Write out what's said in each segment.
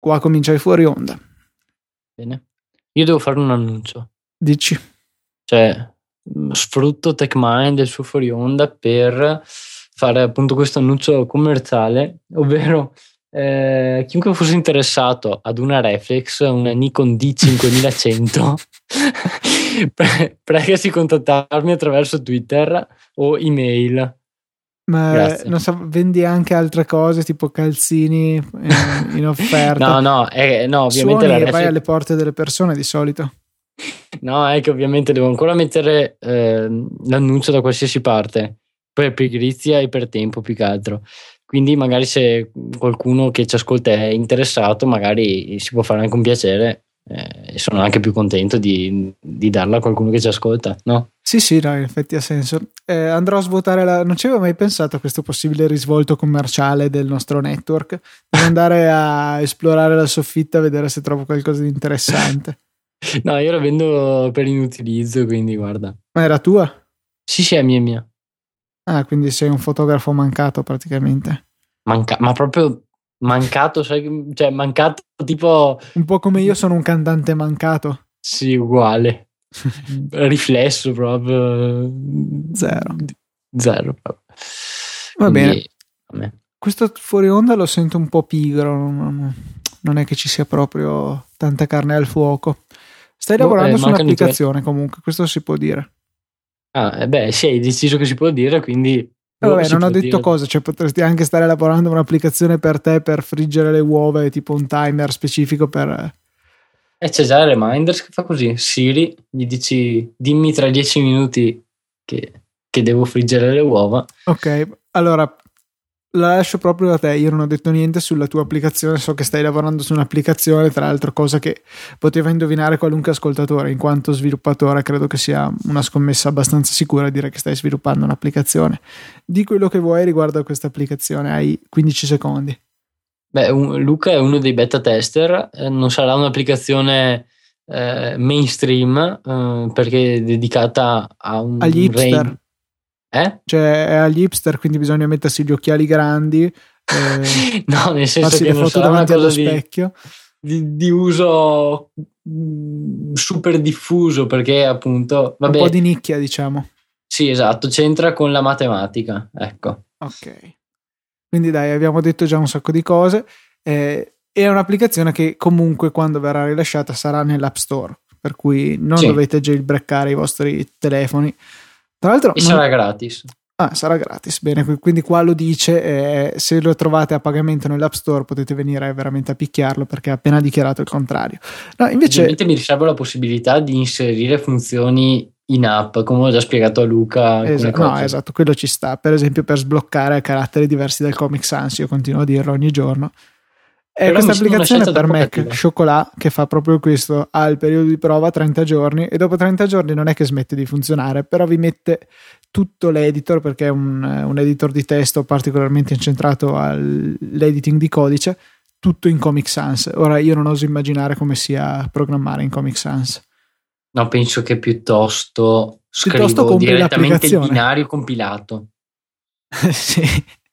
qua comincia il fuori onda. Bene. Io devo fare un annuncio. Dici? Cioè, sfrutto TechMind e il suo fuori onda per fare appunto questo annuncio commerciale, ovvero chiunque fosse interessato ad una reflex, una Nikon D5100, pregasi contattarmi attraverso Twitter o email. Ma Grazie. non so, vendi anche altre cose tipo calzini in offerta? No, ovviamente Suoni la e reflex. vai alle porte delle persone di solito. No, è che ovviamente devo ancora mettere l'annuncio da qualsiasi parte, per pigrizia e per tempo più che altro. Quindi magari se qualcuno che ci ascolta è interessato, magari si può fare anche un piacere e sono anche più contento di darla a qualcuno che ci ascolta, no? Sì, no, in effetti ha senso. Andrò a svuotare non ci avevo mai pensato a questo possibile risvolto commerciale del nostro network. Devo andare a esplorare la soffitta a vedere se trovo qualcosa di interessante. No, io la vendo per inutilizzo, quindi guarda. Ma era tua? Sì, è mia. Ah, quindi sei un fotografo mancato praticamente. Ma proprio mancato, sai, cioè mancato tipo... Un po' come io sono un cantante mancato. Sì, uguale. Riflesso proprio. Zero proprio. Va Quindi, bene. Questo fuori onda lo sento un po' pigro. Non è che ci sia proprio tanta carne al fuoco. Stai lavorando su un'applicazione comunque, questo si può dire. Sì, hai deciso che si può dire, quindi... Vabbè, non ho detto cosa, cioè potresti anche stare lavorando un'applicazione per te per friggere le uova, tipo un timer specifico per... E c'è già il Reminders che fa così. Siri, gli dici dimmi tra 10 minuti che devo friggere le uova. Ok, allora la lascio proprio a te. Io non ho detto niente sulla tua applicazione, so che stai lavorando su un'applicazione, tra l'altro cosa che poteva indovinare qualunque ascoltatore. In quanto sviluppatore credo che sia una scommessa abbastanza sicura dire che stai sviluppando un'applicazione. Di quello che vuoi riguardo a questa applicazione, hai 15 secondi. Beh, Luca è uno dei beta tester, non sarà un'applicazione mainstream perché è dedicata agli hipster. Cioè è agli hipster, quindi bisogna mettersi gli occhiali grandi, no, nel senso farsi che le foto davanti allo specchio di uso super diffuso, perché appunto un po' di nicchia, diciamo. Sì, esatto, c'entra con la matematica, ecco. Ok, quindi dai, abbiamo detto già un sacco di cose. È un'applicazione che comunque quando verrà rilasciata sarà nell'App Store, per cui non dovete jailbreakare i vostri telefoni. Tra l'altro sarà gratis. Sarà gratis, bene, quindi qua lo dice, se lo trovate a pagamento nell'App Store potete venire veramente a picchiarlo perché ha appena dichiarato il contrario. No, invece ovviamente mi riservo la possibilità di inserire funzioni in app, come ho già spiegato a Luca. Esatto, quello ci sta, per esempio per sbloccare caratteri diversi dal Comic Sans, io continuo a dirlo ogni giorno. E questa applicazione per Mac, Chocolat, che fa proprio questo, ha il periodo di prova 30 giorni e dopo 30 giorni non è che smette di funzionare, però vi mette tutto l'editor, perché è un editor di testo particolarmente incentrato all'editing di codice, tutto in Comic Sans. Ora io non oso immaginare come sia programmare in Comic Sans. No, penso che piuttosto scrivo direttamente il binario compilato. Sì.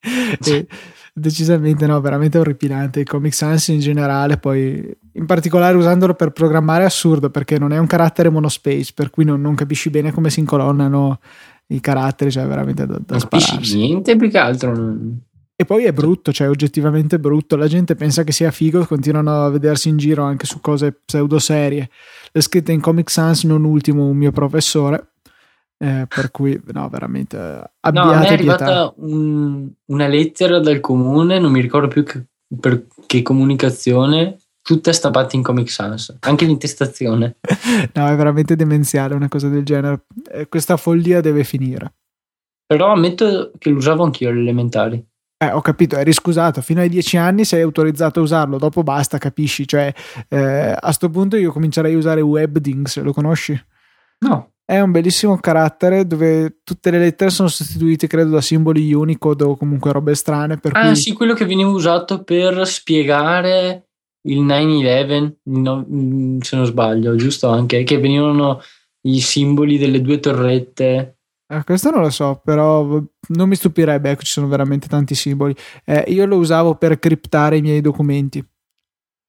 Decisamente no, veramente orripilante. Il Comic Sans in generale, poi in particolare usandolo per programmare è assurdo perché non è un carattere monospace, per cui non capisci bene come si incolonnano i caratteri, cioè veramente da non spararsi. Capisci niente più che altro. E poi è brutto, cioè oggettivamente brutto. La gente pensa che sia figo, continuano a vedersi in giro anche su cose pseudo serie. Le scritte in Comic Sans, non ultimo un mio professore. Per cui no, veramente abbiate no, a me è pietà. arrivata una lettera dal comune, non mi ricordo più per che comunicazione, tutta stampata in Comic Sans, anche l'intestazione. No, è veramente demenziale una cosa del genere. Questa follia deve finire. Però ammetto che lo usavo anch'io alle elementari. Ho capito, eri scusato, fino ai 10 anni sei autorizzato a usarlo, dopo basta, capisci? Cioè, a sto punto io comincerei a usare Webdings, lo conosci? No. È un bellissimo carattere dove tutte le lettere sono sostituite, credo, da simboli Unicode o comunque robe strane. Sì, quello che veniva usato per spiegare il 9/11, se non sbaglio, giusto? Anche che venivano i simboli delle due torrette. Questo non lo so, però non mi stupirebbe, ecco, ci sono veramente tanti simboli. Io lo usavo per criptare i miei documenti.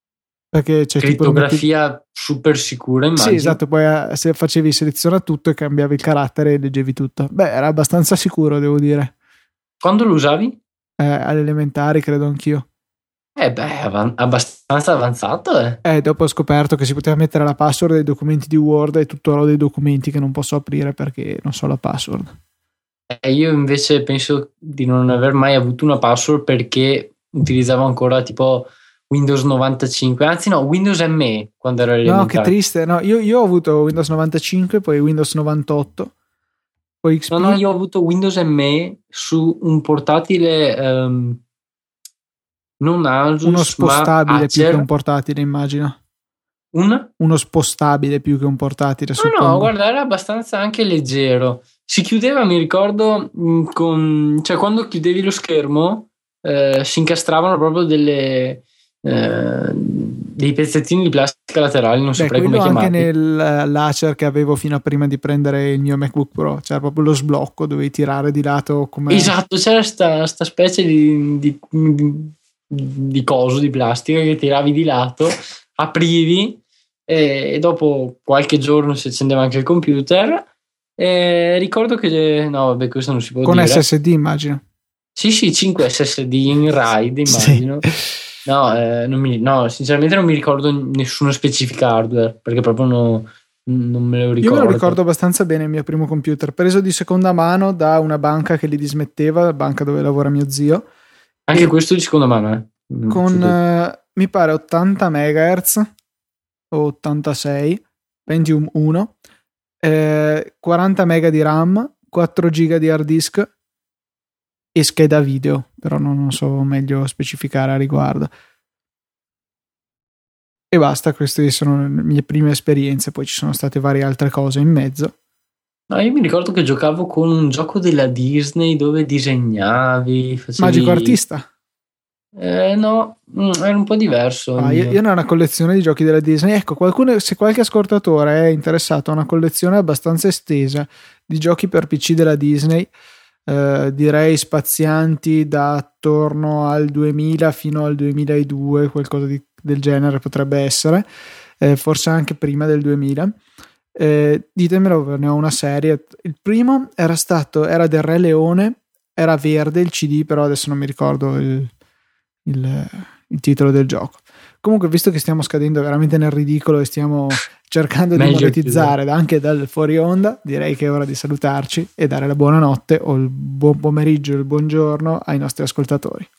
perché c'è crittografia super sicura, immagino. Sì, esatto, poi se facevi seleziona tutto e cambiavi il carattere e leggevi tutto. Beh, era abbastanza sicuro, devo dire. Quando lo usavi? Alle elementari, credo anch'io. Abbastanza avanzato, dopo ho scoperto che si poteva mettere la password dei documenti di Word e tutto l'ho dei documenti che non posso aprire perché non so la password. Io invece penso di non aver mai avuto una password perché utilizzavo ancora tipo Windows 95, anzi no, Windows ME quando ero elementare. No, che triste. No, io ho avuto Windows 95, poi Windows 98, poi XP. No, io ho avuto Windows ME su un portatile non Asus, uno spostabile ma più che un portatile, immagino. Uno spostabile più che un portatile, suppongo. No, guarda, era abbastanza anche leggero. Si chiudeva, mi ricordo, cioè quando chiudevi lo schermo si incastravano proprio dei pezzettini di plastica laterali, non saprei come chiamarli. Anche nel laser che avevo fino a prima di prendere il mio MacBook Pro, c'era proprio lo sblocco, dovevi tirare di lato come... Esatto, c'era sta specie di coso di plastica che tiravi di lato, aprivi e dopo qualche giorno si accendeva anche il computer. Ricordo che no, vabbè, questo non si può dire. Con SSD, immagino. Sì, 5 SSD in RAID, immagino. Sì. No, sinceramente non mi ricordo nessuna specifica hardware perché proprio non me lo ricordo. Io me lo ricordo abbastanza bene il mio primo computer, preso di seconda mano da una banca che li dismetteva, la banca dove lavora mio zio. Anche questo di seconda mano, con mi pare 80 MHz o 86, Pentium 1, 40 MB di RAM, 4 GB di hard disk e scheda video, però non so meglio specificare a riguardo. E basta, queste sono le mie prime esperienze, poi ci sono state varie altre cose in mezzo. No, io mi ricordo che giocavo con un gioco della Disney dove disegnavi, facevi... Magico Artista? No, era un po' diverso. Io ho una collezione di giochi della Disney. Ecco, se qualche ascoltatore è interessato a una collezione abbastanza estesa di giochi per PC della Disney, direi spazianti da attorno al 2000 fino al 2002, qualcosa del genere potrebbe essere, forse anche prima del 2000. Ditemelo, ne ho una serie. Il primo era del Re Leone, era verde il CD, però adesso non mi ricordo il titolo del gioco. Comunque, visto che stiamo scadendo veramente nel ridicolo e stiamo cercando di monetizzare anche dal fuori onda, direi che è ora di salutarci e dare la buonanotte o il buon pomeriggio, il buongiorno ai nostri ascoltatori.